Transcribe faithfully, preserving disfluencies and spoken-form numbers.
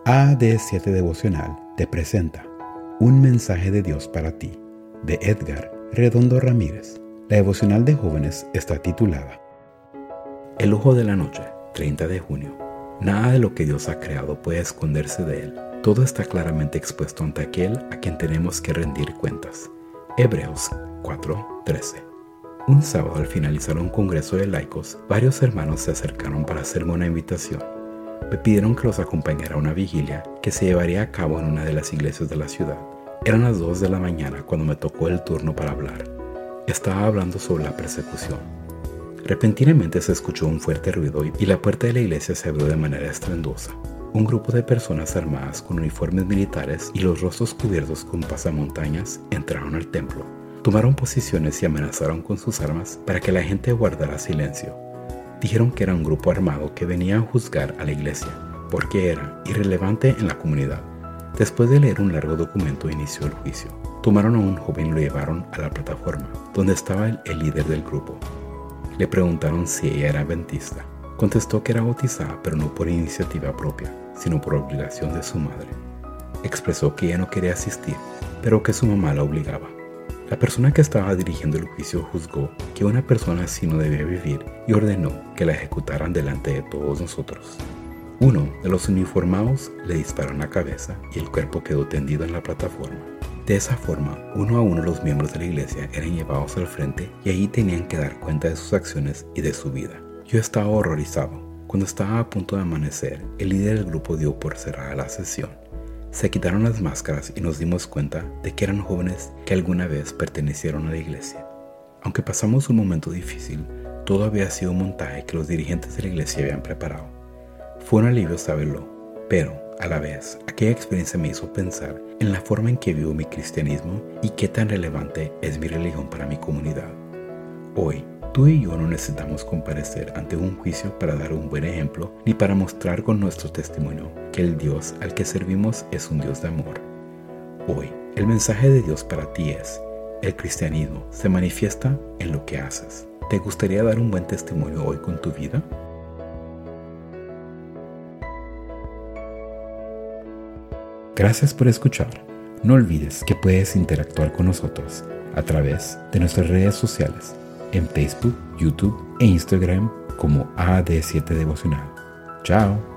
A D siete Devocional te presenta Un mensaje de Dios para ti, de Edgar Redondo Ramírez. La devocional de jóvenes está titulada El lujo de la noche, treinta de junio. Nada de lo que Dios ha creado puede esconderse de Él. Todo está claramente expuesto ante aquel a quien tenemos que rendir cuentas. Hebreos cuatro trece. Un sábado, al finalizar un congreso de laicos, varios hermanos se acercaron para hacerme una invitación. Me pidieron que los acompañara a una vigilia que se llevaría a cabo en una de las iglesias de la ciudad. Eran las dos de la mañana cuando me tocó el turno para hablar. Estaba hablando sobre la persecución. Repentinamente se escuchó un fuerte ruido y la puerta de la iglesia se abrió de manera estruendosa. Un grupo de personas armadas con uniformes militares y los rostros cubiertos con pasamontañas entraron al templo. Tomaron posiciones y amenazaron con sus armas para que la gente guardara silencio. Dijeron que era un grupo armado que venía a juzgar a la iglesia, porque era irrelevante en la comunidad. Después de leer un largo documento, inició el juicio. Tomaron a un joven y lo llevaron a la plataforma, donde estaba el, el líder del grupo. Le preguntaron si ella era adventista. Contestó que era bautizada, pero no por iniciativa propia, sino por obligación de su madre. Expresó que ella no quería asistir, pero que su mamá la obligaba. La persona que estaba dirigiendo el juicio juzgó que una persona así no debía vivir y ordenó que la ejecutaran delante de todos nosotros. Uno de los uniformados le disparó en la cabeza y el cuerpo quedó tendido en la plataforma. De esa forma, uno a uno los miembros de la iglesia eran llevados al frente y allí tenían que dar cuenta de sus acciones y de su vida. Yo estaba horrorizado. Cuando estaba a punto de amanecer, el líder del grupo dio por cerrada la sesión. Se quitaron las máscaras y nos dimos cuenta de que eran jóvenes que alguna vez pertenecieron a la iglesia. Aunque pasamos un momento difícil, todo había sido un montaje que los dirigentes de la iglesia habían preparado. Fue un alivio saberlo, pero, a la vez, aquella experiencia me hizo pensar en la forma en que vivo mi cristianismo y qué tan relevante es mi religión para mi comunidad. Hoy, tú y yo no necesitamos comparecer ante un juicio para dar un buen ejemplo ni para mostrar con nuestro testimonio que el Dios al que servimos es un Dios de amor. Hoy, el mensaje de Dios para ti es: el cristianismo se manifiesta en lo que haces. ¿Te gustaría dar un buen testimonio hoy con tu vida? Gracias por escuchar. No olvides que puedes interactuar con nosotros a través de nuestras redes sociales en Facebook, YouTube e Instagram como A D siete Devocional. Chao.